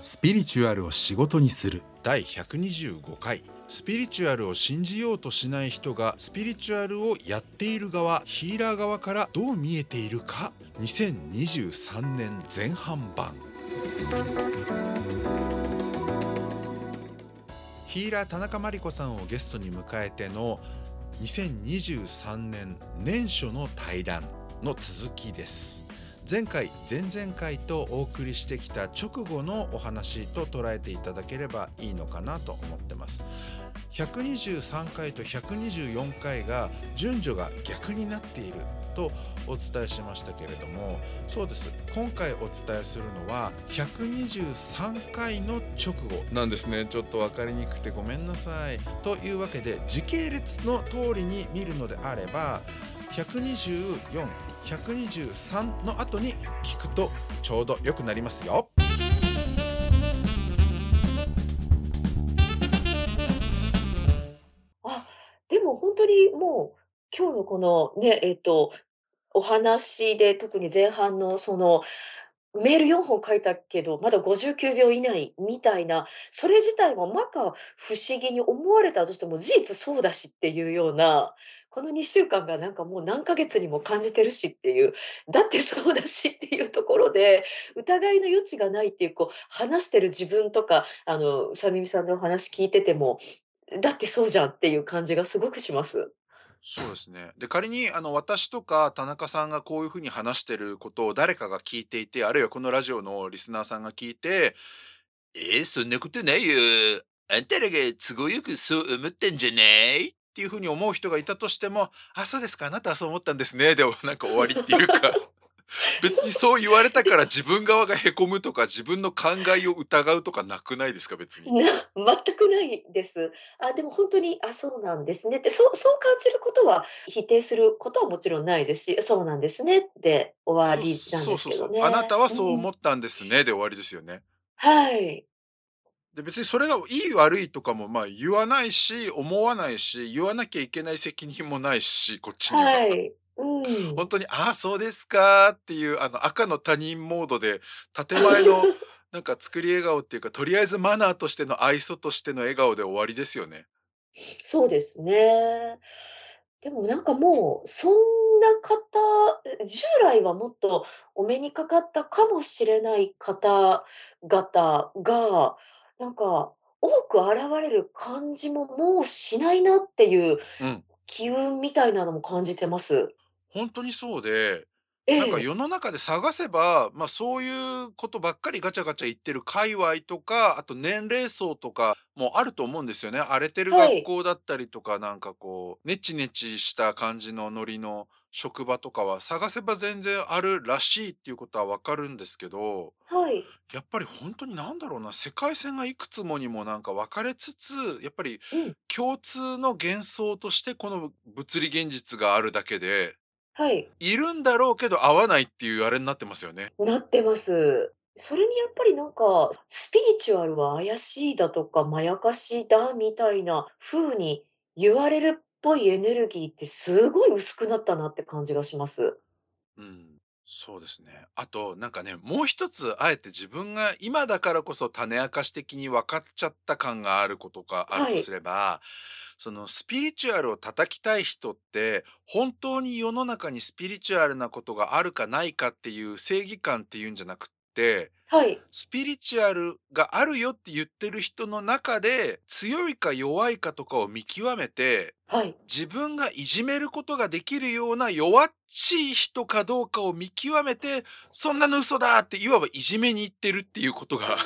スピリチュアルを仕事にする。 第125回、スピリチュアルを信じようとしない人がスピリチュアルをやっている側、ヒーラー側からどう見えているか、2023年前半版。ヒーラー田中真理子さんをゲストに迎えての2023年年初の対談の続きです。前回前々回とお送りしてきた直後のお話と捉えていただければいいのかなと思ってます。123回と124回が順序が逆になっているとお伝えしましたけれども、そうです。今回お伝えするのは123回の直後なんですね。ちょっと分かりにくくてごめんなさい。というわけで、時系列の通りに見るのであれば124、123の後に聞くとちょうど良くなりますよ。 あ、でも本当にもう、今日のこのね、お話で特に前半のメール4本書いたけど、まだ59秒以内みたいな、それ自体も摩訶不思議に思われたとしても、事実そうだしっていうような、この2週間がなんかもう何ヶ月にも感じてるしっていう、だってそうだしっていうところで、疑いの余地がないっていう、話してる自分とか、うさみみさんのお話聞いてても、だってそうじゃんっていう感じがすごくします。 そうですね。で、仮に私とか田中さんがこういうふうに話してることを誰かが聞いていて、あるいはこのラジオのリスナーさんが聞いて、そんなことないよ。あんたらが都合よくそう思ったんじゃないっていうふうに思う人がいたとしても、あ、そうですか、あなたはそう思ったんですね。でもなんか終わりっていうか、別にそう言われたから自分側がへこむとか、自分の考えを疑うとかなくないですか、別に。 全くないです。あ、でも本当に、あ、そうなんですねって、そう感じることは、否定することはもちろんないですし、そうなんですねって終わりなんですけそうそうそう。あなたどね。 はそう思うん。 ったんですねで終わりですよね。 はい。 で、別にそれがいい悪いとかも、言わないし、思わないし、言わなきゃいけない責任もないし、こっちには。 はい。うん。 本当に「ああ、そうですか」っていう、赤の他人モードで、建前のなんか作り笑顔っていうか、とりあえずマナーとしての愛想としての笑顔で終わりですよね。 そうですね。でもなんかもう、そんな方、従来はもっとお目にかかったかもしれない方々が、なんか多く現れる感じももうしないなっていううん。 機運みたいなのも感じてます。 本当にそうで、なんかええ、 世の中で探せば、そういうことばっかりガチャガチャ言ってる界隈とか、あと年齢層とかもあると思うんですよね。荒れてる学はい、 校だったりとか、なんかこう、ネチネチした感じのノリの職場とかは探せば全然あるらしいっていうことはわかるんですけど、 はい、 やっぱり本当になんだろうな、世界線がいくつもにもなんか分かれつつ、やっぱりうん、 共通の幻想としてこの物理現実があるだけで、 はい、 いるんだろうけど合わないっていうあれになってますよね。 なってます。それにやっぱりなんか、スピリチュアルは怪しいだとか、まやかしだみたいな風に言われるっぽいエネルギーってすごい薄くなったなって感じがします。 うん、そうですね。あとなんかね、もう一つあえて自分が今だからこそ種明かし的に分かっちゃった感があることがあるとすはい。 れば、そのスピリチュアルを叩きたい人って、本当に世の中にスピリチュアルなことがあるかないかっていう正義感っていうんじゃなくって、 はい。 スピリチュアルがあるよって言ってる人の中で、強いか弱いかとかを見極めて、 はい。 自分がいじめることができるような弱っちい人かどうかを見極めて、そんなの嘘だっていわばいじめに行ってるっていうことが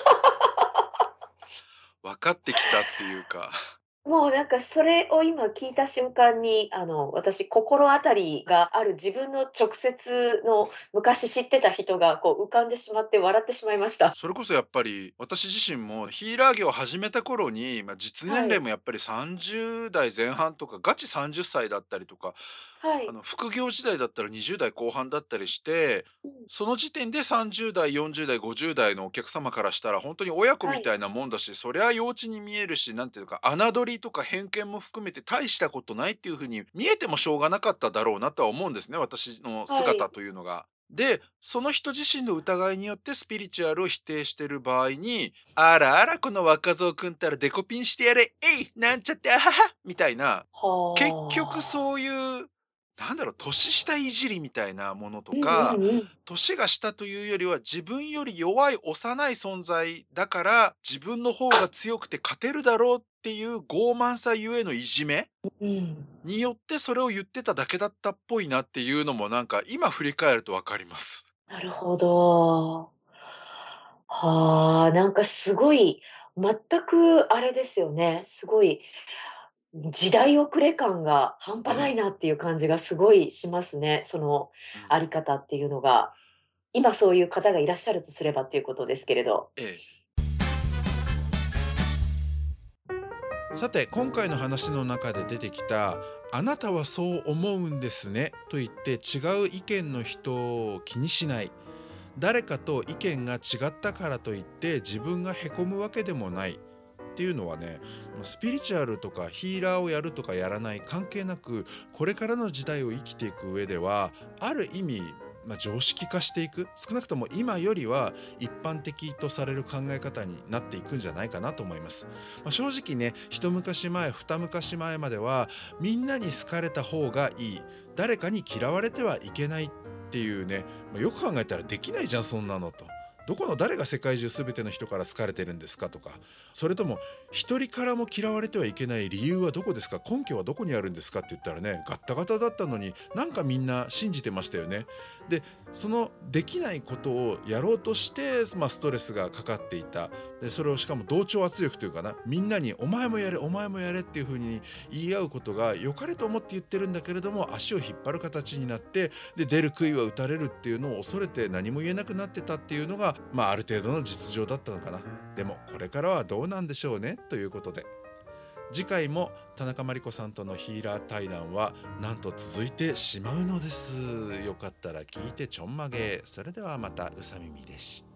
分かってきたっていうか。 もうなんかそれを今聞いた瞬間に、私心当たりがある自分の直接の昔知ってた人が浮かんでしまって笑ってしまいました。 それこそやっぱり、私自身もヒーラー業を始めた頃に、実年はい。 齢もやっぱり30代前半とか、ガチ30歳だったりとか、 はい。 副業時代だったら20代後半だったりして、 うん。 その時点で30代、40代、50代のお客様からしたら、本当に親子はい。 みたいなもんだし、そりゃ幼稚に見えるし、なんていうか、侮りとか偏見も含めて大したことないっていう風に見えてもしょうがなかっただろうなとは思うんですね、私のはい。 姿というのが。 で、その人自身の疑いによってスピリチュアルを否定してる場合に、あらあらこの若造くんったらデコピンしてやれ、えいなんちゃってあははみたいな、結局はあ。 そういう、なんだろう、年下いじりみたいなものとうんか、 うんうん。 年が下というよりは自分より弱い幼い存在だから、自分の方が強くて勝てるだろうっていう傲慢さゆえのいじめうん。 によってそれを言ってただけだったっぽいなっていうのもなんか今振り返るとわかります。 なるほど。はあ、なんかすごい、全くあれですよね。すごい時代遅れ感が半端ないええ。 なっていう感じがすごいしますね。そのうん。 あり方っていうのが。今そういう方がいらっしゃるとすればっていうことですけれど。 ええ。 さて今回の話の中で出てきた「あなたはそう思うんですね」と言って違う意見の人を気にしない、誰かと意見が違ったからといって自分がへこむわけでもないっていうのはね、スピリチュアルとかヒーラーをやるとかやらない関係なく、これからの時代を生きていく上ではある意味、常識化していく、少なくとも今よりは一般的とされる考え方になっていくんじゃないかなと思います。正直ね、一昔前二昔前まではみんなに好かれた方がいい、誰かに嫌われてはいけないっていうね、よく考えたらできないじゃんそんなのと。どこの誰が世界中全ての人から好かれてるんですかとか、それとも一人からも嫌われてはいけない理由はどこですか、根拠はどこにあるんですかって言ったらね、ガッタガタだったのになんかみんな信じてましたよね。でそのできないことをやろうとして、ストレスがかかっていた。でそれをしかも同調圧力というかな、みんなに「お前もやれお前もやれ」っていう風に言い合うことが良かれと思って言ってるんだけれども、足を引っ張る形になって、で出る杭は打たれるっていうのを恐れて何も言えなくなってたっていうのが、ある程度の実情だったのかな。でもこれからはどうなんでしょうねということで、次回も田中真理子さんとのヒーラー対談はなんと続いてしまうのです。よかったら聞いてちょんまげ。それではまた、うさみみでした。